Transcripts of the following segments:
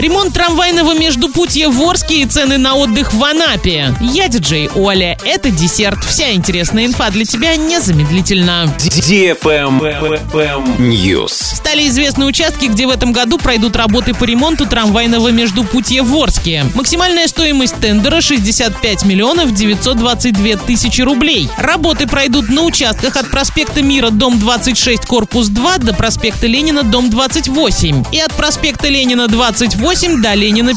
Ремонт трамвайного междупутья в Орске и цены на отдых в Анапе. Я диджей Оля, это десерт. Вся интересная инфа для тебя незамедлительно. News. Стали известны участки, где в этом году пройдут работы по ремонту трамвайного междупутья в Орске. Максимальная стоимость тендера 65 миллионов 922 тысячи рублей. Работы пройдут на участках от проспекта Мира, дом 26, корпус 2 до проспекта Ленина, дом 28. И от проспекта Ленина 28 до Ленина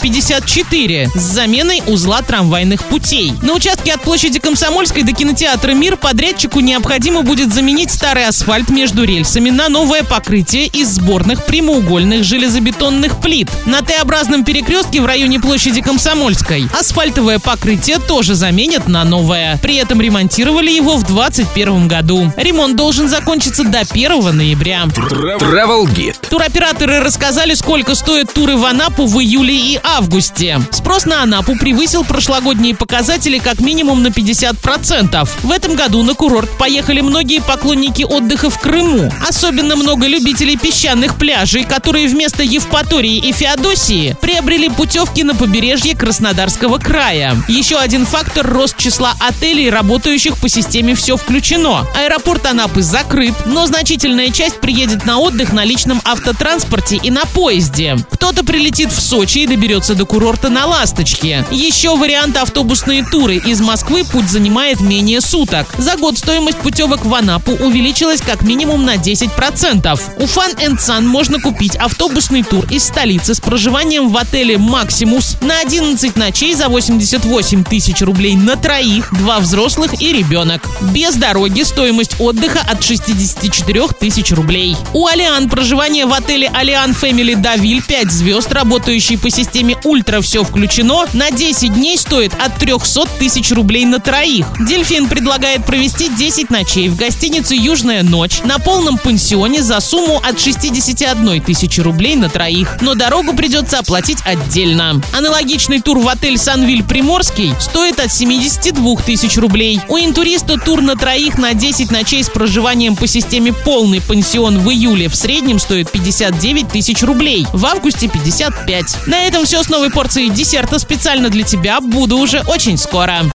54 с заменой узла трамвайных путей. На участке от площади Комсомольской до кинотеатра Мир подрядчику необходимо будет заменить старый асфальт между рельсами на новое покрытие из сборных прямоугольных железобетонных плит. На Т-образном перекрестке в районе площади Комсомольской асфальтовое покрытие тоже заменят на новое. При этом ремонтировали его в 2021 году. Ремонт должен закончиться до 1 ноября. Travel Guide. Туроператоры рассказали, сколько стоят туры в Анапу в июле и августе. Спрос на Анапу превысил прошлогодние показатели как минимум на 50%. В этом году на курорт поехали многие поклонники отдыха в Крыму. Особенно много любителей песчаных пляжей, которые вместо Евпатории и Феодосии приобрели путевки на побережье Краснодарского края. Еще один фактор – рост числа отелей, работающих по системе «Все включено». Аэропорт Анапы закрыт, но значительная часть приедет на отдых на личном автотранспорте и на поезде. Кто-то прилетит в Сочи и доберется до курорта на «Ласточке». Еще вариант – автобусные туры. Из Москвы путь занимает менее суток. За год стоимость путевок в Анапу увеличилась как минимум на 10%. У Fun & Sun можно купить автобусный тур из столицы с проживанием в отеле «Максимус» на 11 ночей за 88 тысяч рублей на троих, 2 взрослых и ребенок. Без дороги стоимость отдыха от 64 тысяч рублей. У Алиан проживание в отеле Алиан Family Давиль 5 звезд, работающий по системе «Ультра все включено», на 10 дней стоит от 300 тысяч рублей на троих. Дельфин предлагает провести 10 ночей в гостинице «Южная ночь» на полном пансионе за сумму от 61 тысячи рублей на троих, но дорогу придется оплатить отдельно. Аналогичный тур в отель «Санвиль Приморский» стоит от 72 тысяч рублей. У интуриста тур на троих на 10 ночей с проживанием по системе «Полный пансион» в июле в среднем стоит 59 тысяч рублей, в августе 55. На этом все с новой порцией десерта специально для тебя. Буду уже очень скоро.